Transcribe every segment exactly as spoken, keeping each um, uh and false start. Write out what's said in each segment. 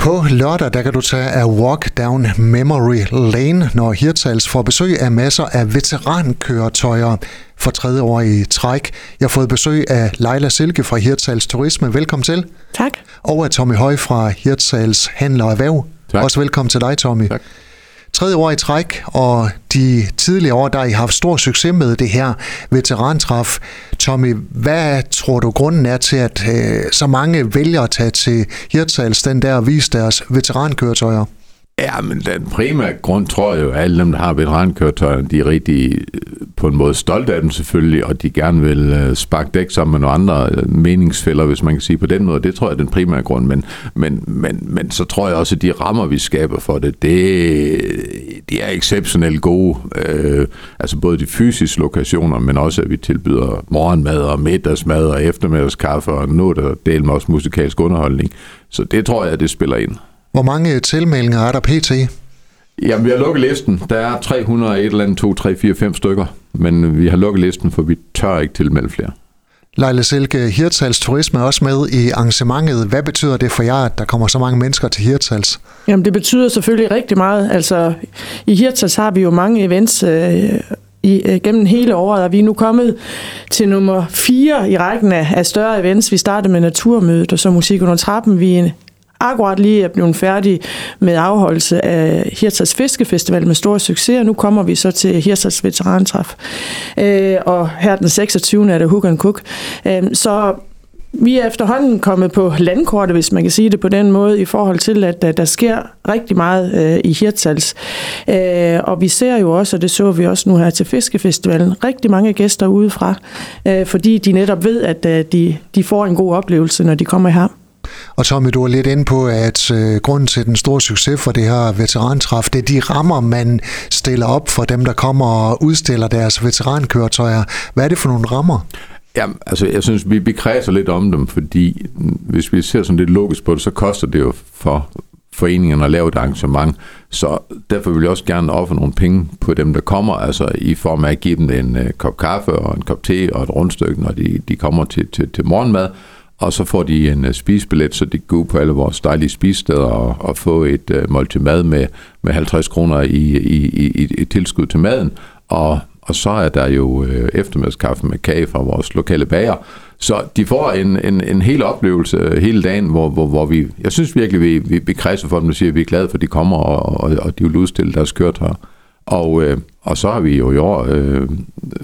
På lørdag der kan du tage af Walk Down Memory Lane, når Hirtshals får besøg af masser af veterankøretøjer for tredje år i træk. Jeg har fået besøg af Leila Silke fra Hirtshals Turisme. Velkommen til. Tak. Og af Tommy Høj fra Hirtshals Handel og Erhverv. Tak. Også velkommen til dig, Tommy. Tak. Tredje år i træk, og de tidligere år, der har I haft stor succes med det her veterantræf. Tommy, hvad tror du grunden er til, at øh, så mange vælger at tage til Hirtshals den der og vise deres veterankøretøjer? Ja, men den primære grund, tror jeg jo, at alle dem, der har veterankøretøjer, de er rigtig på en måde stolte af dem selvfølgelig, og de gerne vil sparke dæk sammen med nogle andre meningsfælder, hvis man kan sige på den måde. Det tror jeg er den primære grund, men, men, men, men så tror jeg også, at de rammer, vi skaber for det, det de er exceptionelt gode. Øh, altså både de fysiske lokationer, men også, at vi tilbyder morgenmad og middagsmad og eftermiddagskaffe, og nu der deler med også musikalsk underholdning. Så det tror jeg, det spiller ind. Hvor mange tilmeldinger er der pt? Jamen, vi har lukket listen. Der er tre hundrede, et eller andet, to, tre, fire, fem stykker. Men vi har lukket listen, for vi tør ikke tilmelde flere. Leila Silke, Hirtshals Turisme er også med i arrangementet. Hvad betyder det for jer, at der kommer så mange mennesker til Hirtshals? Jamen, det betyder selvfølgelig rigtig meget. Altså, i Hirtshals har vi jo mange events øh, i, øh, gennem hele året, og vi er nu kommet til nummer fire i rækken af, af større events. Vi startede med Naturmødet, og så Musik under trappen. Vi er akkurat lige er blevet færdige med afholdelse af Hirtshals Fiskefestival med stor succes, og nu kommer vi så til Hirtshals Veterantræf. Øh, og her den seksogtyvende er det Hook and Cook. Øh, så vi er efterhånden kommet på landkortet, hvis man kan sige det på den måde, i forhold til, at, at der sker rigtig meget øh, i Hirtshals. Øh, og vi ser jo også, og det så vi også nu her til Fiskefestivalen, rigtig mange gæster udefra, øh, fordi de netop ved, at øh, de, de får en god oplevelse, når de kommer her. Og Tommy, du er lidt inde på, at øh, grunden til den store succes for det her veterantræf, det er de rammer, man stiller op for dem, der kommer og udstiller deres veterankøretøjer. Hvad er det for nogle rammer? Ja, altså jeg synes, vi bekræser lidt om dem, fordi hvis vi ser sådan lidt logisk på det, så koster det jo for foreningerne at lave et arrangement. Så derfor vil jeg også gerne ofre nogle penge på dem, der kommer, altså i form af at give dem en uh, kop kaffe og en kop te og et rundstykke, når de, de kommer til, til, til morgenmad. Og så får de en uh, spisebillet, så de kan gå på alle vores dejlige spisesteder og, og få et uh, måltid mad med, med halvtreds kroner i, i, i, i tilskud til maden. Og, og så er der jo uh, eftermiddagskaffe med kage fra vores lokale bager. Så de får en, en, en hel oplevelse hele dagen, hvor, hvor, hvor vi, jeg synes virkelig, vi, vi bekræfter for dem, og siger, at vi er glade for, at de kommer, og, og, og de vil udstille deres køretøjer. Og, øh, og så har vi jo i år øh, øh,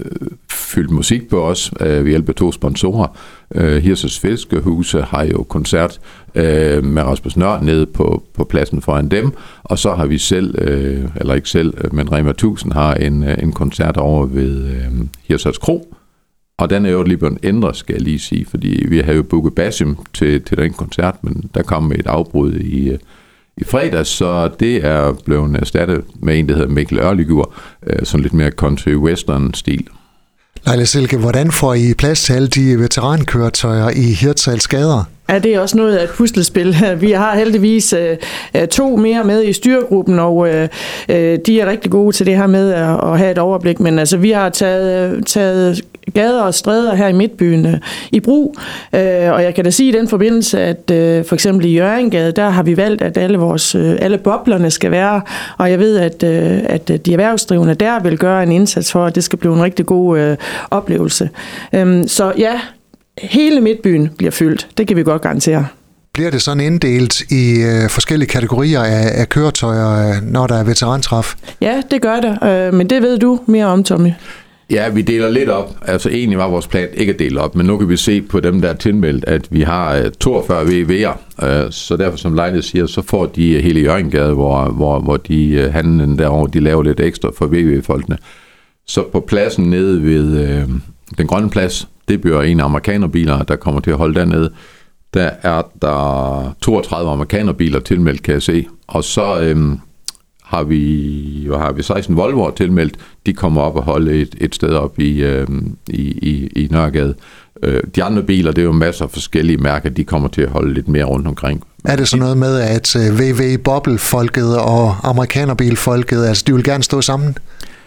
fyldt musik på os øh, ved hjælp af to sponsorer. Øh, Hirtshals Fiskehuse har jo koncert øh, med Rasmus Nør nede på, på pladsen foran dem, og så har vi selv, øh, eller ikke selv, men Rema tusind har en, en koncert over ved øh, Hirtshals Kro. Og den er jo lige blevet ændret, skal jeg lige sige, fordi vi har jo booket Basim til, til den koncert, men der kom et afbrud i i fredags, så det er blevet erstattet med en, der hedder Mikkel Ørligur, sådan lidt mere country-western-stil. Leila Silke, hvordan får I plads til alle de veterankøretøjer i Hirtshals gader? Ja, det er også noget af et puslespil. Vi har heldigvis øh, to mere med i styregruppen, og øh, de er rigtig gode til det her med at, at have et overblik. Men altså, vi har taget, taget gader og stræder her i Midtbyen øh, i brug, øh, og jeg kan da sige i den forbindelse, at øh, for eksempel i Hjørringgade, der har vi valgt, at alle, vores, øh, alle boblerne skal være, og jeg ved, at, øh, at de erhvervsdrivende der vil gøre en indsats for, at det skal blive en rigtig god øh, oplevelse. Øh, så ja, hele Midtbyen bliver fyldt. Det kan vi godt garantere. Bliver det sådan inddelt i øh, forskellige kategorier af, af køretøjer, når der er veterantræf? Ja, det gør det. Øh, men det ved du mere om, Tommy. Ja, vi deler lidt op. Altså egentlig var vores plan ikke at dele op, men nu kan vi se på dem, der er tilmeldt, at vi har uh, toogfyrre V V'er. Uh, så derfor, som Leila siger, så får de uh, hele Hjørringgade, hvor, hvor, hvor de uh, handlen derovre, de laver lidt ekstra for V V-folkene. Så på pladsen nede ved uh, den grønne plads, det bliver en af amerikanerbiler, der kommer til at holde dernede. Der er der toogtredive amerikanerbiler tilmeldt, kan jeg se. Og så øhm, har vi jo har vi seksten Volvo'er tilmeldt. De kommer op og holde et, et sted op i, øhm, i, i, i Nørregade. Øh, de andre biler, det er jo masser af forskellige mærker, de kommer til at holde lidt mere rundt omkring. Er det sådan noget med, at V V-bobbelfolket og amerikanerbilfolket, altså de vil gerne stå sammen?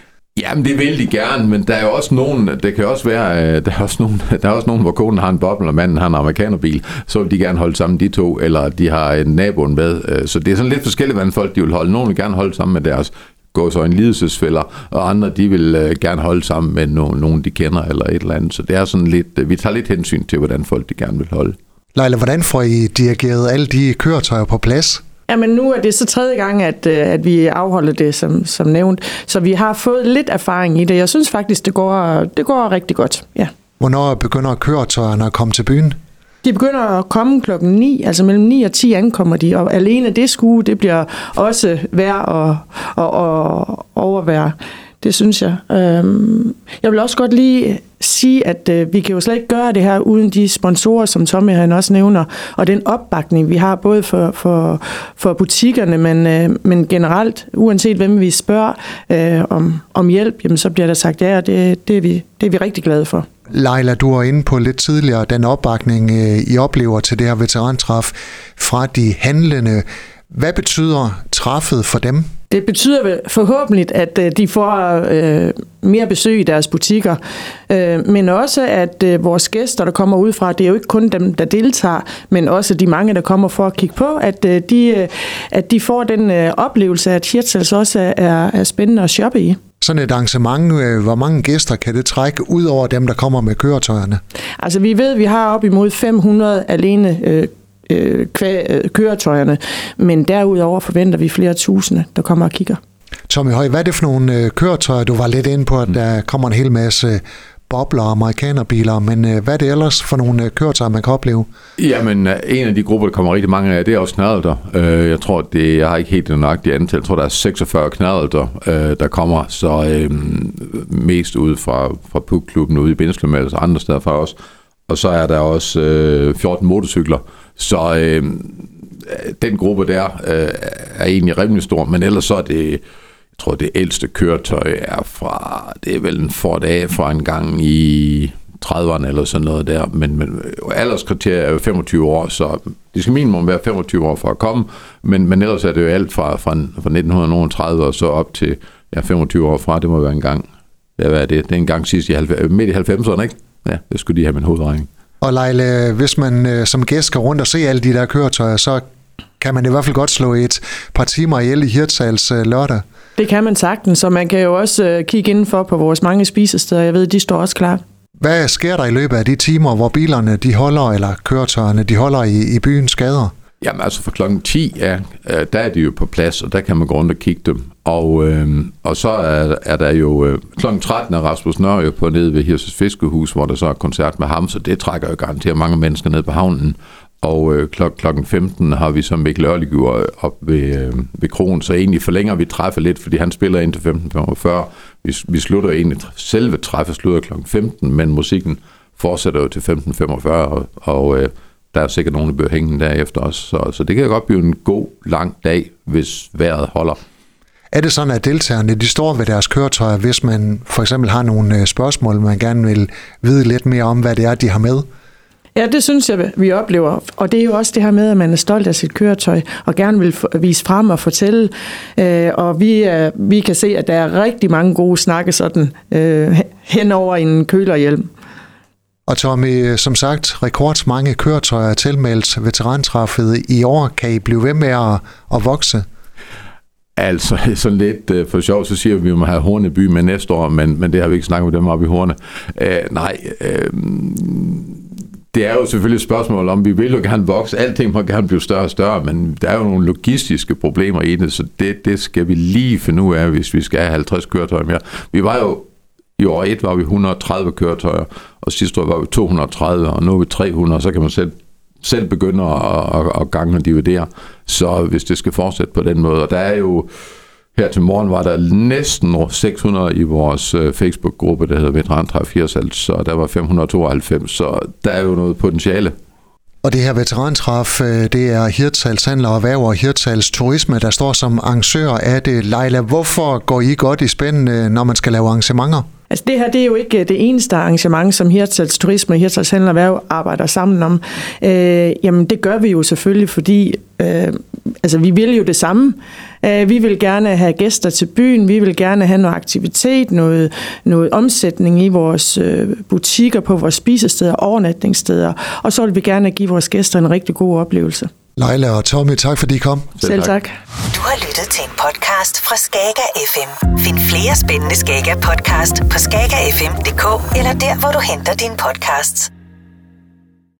Jamen, det vil de gerne, men der er jo også nogen, det kan også være, der er også nogen, der er også nogen, hvor konen har en boble, og manden har en amerikanerbil, så vil de gerne holde sammen de to, eller de har en naboen med. Så det er sådan lidt forskelligt, hvordan folk de vil holde. Nogle vil gerne holde sammen med deres gåsøjne lidelsesfælder, og andre, de vil gerne holde sammen med nogen, nogen, de kender, eller et eller andet. Så det er sådan lidt, vi tager lidt hensyn til, hvordan folk de gerne vil holde. Leila, hvordan får I dirigeret alle de køretøjer på plads? Jamen nu er det så tredje gang, at, at vi afholder det, som, som nævnt. Så vi har fået lidt erfaring i det. Jeg synes faktisk, det går, det går rigtig godt. Ja. Hvornår begynder køretøjerne at komme til byen? De begynder at komme klokken ni, altså mellem ni og ti ankommer de, og alene det skue, det bliver også værd at, at, at overvære. Det synes jeg. Jeg vil også godt lige sige, at vi kan jo slet ikke gøre det her uden de sponsorer, som Tommy han også nævner, og den opbakning, vi har både for, for, for butikkerne, men, men generelt, uanset hvem vi spørger øh, om, om hjælp, jamen, så bliver der sagt ja, og det, det, er vi, det er vi rigtig glade for. Leila, du var inde på lidt tidligere den opbakning, I oplever til det her veterantræf fra de handlende. Hvad betyder træffet for dem? Det betyder forhåbentlig, at de får øh, mere besøg i deres butikker, øh, men også, at øh, vores gæster, der kommer udefra, det er jo ikke kun dem, der deltager, men også de mange, der kommer for at kigge på, at, øh, de, øh, at de får den øh, oplevelse, at Hirtshals også er, er spændende at shoppe i. Sådan et arrangement, øh, hvor mange gæster kan det trække ud over dem, der kommer med køretøjerne? Altså vi ved, at vi har op imod fem hundrede alene øh, køretøjerne, men derudover forventer vi flere tusinde, der kommer og kigger. Tommy Høj, hvad er det for nogle køretøjer? Du var lidt inde på, at der kommer en hel masse bobler og amerikanerbiler, men hvad er det ellers for nogle køretøjer, man kan opleve? Jamen, en af de grupper, der kommer rigtig mange af, det er også knallerter. Jeg tror, det, jeg har ikke helt det nøjagtige antal, jeg tror, der er seksogfyrre knallerter, der kommer, så øhm, mest ude fra, fra pubklubben ude i Bindslev, altså andre steder fra os. Og så er der også øh, fjorten motorcykler, så øh, den gruppe der øh, er egentlig rimelig stor, men ellers så er det, jeg tror det ældste køretøj er fra, det er vel en Ford A fra en gang i trediverne eller sådan noget der, men, men alderskriteriet er jo femogtyve år, så det skal minimum være femogtyve år for at komme, men, men ellers er det jo alt fra, fra, fra nitten tredive og så op til ja, femogtyve år fra, det må være en gang, ja, hvad er det, det er en gang sidst i midt i halvfemserne, ikke? Ja, det skulle de have min hovedregning. Og Leila, hvis man øh, som gæst skal rundt og se alle de der køretøjer, så kan man i hvert fald godt slå et par timer ihjel i Hirtshals øh, lørdag. Det kan man sagtens, så man kan jo også øh, kigge indenfor på vores mange spisesteder. Jeg ved, de står også klar. Hvad sker der i løbet af de timer, hvor bilerne de holder, eller køretøjerne de holder i, i byens gader? Jamen altså fra klokken ti, ja, der er de jo på plads, og der kan man gå rundt og kigge dem. Og, øh, og så er, er der jo øh, klokken tretten er Rasmus Nørre på nede ved Hirtshals Fiskehus, hvor der så er koncert med ham, så det trækker jo garanteret mange mennesker ned på havnen. Og øh, klok, klokken femten har vi så Mikkel Ørligur op ved, øh, ved kronen, så egentlig forlænger vi træffet lidt, fordi han spiller ind til femten femogfyrre. Vi, vi slutter egentlig, selve træffet slutter klokken femten, men musikken fortsætter jo til femten femogfyrre, og, og øh, der er sikkert nogen, der bliver hængende derefter også. Så, så det kan godt blive en god, lang dag, hvis vejret holder. Er det sådan, at deltagerne de står ved deres køretøjer, hvis man for eksempel har nogle spørgsmål, man gerne vil vide lidt mere om, hvad det er, de har med? Ja, det synes jeg, vi oplever. Og det er jo også det her med, at man er stolt af sit køretøj, og gerne vil vise frem og fortælle. Og vi, vi kan se, at der er rigtig mange gode snakke sådan hen over en kølerhjelm. Og Tommy, som sagt, rekordmange køretøjer er tilmeldt veterantræffet i år. Kan I blive ved med at, at vokse? Altså, sådan lidt uh, for sjov, så siger vi, at vi må have Horneby med næste år, men, men det har vi ikke snakket med dem oppe i Horne. Uh, nej, uh, det er jo selvfølgelig et spørgsmål om, vi vil jo gerne vokse, alting må gerne blive større og større, men der er jo nogle logistiske problemer i det, så det, det skal vi lige finde ud af, hvis vi skal have halvtreds køretøjer mere. Vi var jo, i år et var vi et hundrede og tredive køretøjer, og sidste år var vi to hundrede og tredive, og nu er vi tre hundrede, så kan man selv selv begynder at, at, at gange og dividere, så hvis det skal fortsætte på den måde. Og der er jo, her til morgen var der næsten seks hundrede i vores uh, Facebook-gruppe, der hedder Veterantræf Hirtshals, så der var fem hundrede og tooghalvfems, så der er jo noget potentiale. Og det her veterantræf, det er Hirtshals Handler og Erhverv og Hirtshals Turisme, der står som arrangør af det. Leila, hvorfor går I godt i spænd, når man skal lave arrangementer? Altså det her, det er jo ikke det eneste arrangement, som Hirtshals Turisme og Hirtshals Handler og Erhverv arbejder sammen om. Øh, jamen det gør vi jo selvfølgelig, fordi øh, altså, vi vil jo det samme. Uh, vi vil gerne have gæster til byen, vi vil gerne have noget aktivitet, noget, noget omsætning i vores uh, butikker, på vores spisesteder, overnatningssteder, og så vil vi gerne give vores gæster en rigtig god oplevelse. Leila og Tommy, tak fordi I kom. Selv tak. Du har lyttet til en podcast fra Skager F M. Find flere spændende Skager podcast på skager f m punktum d k eller der, hvor du henter dine podcasts.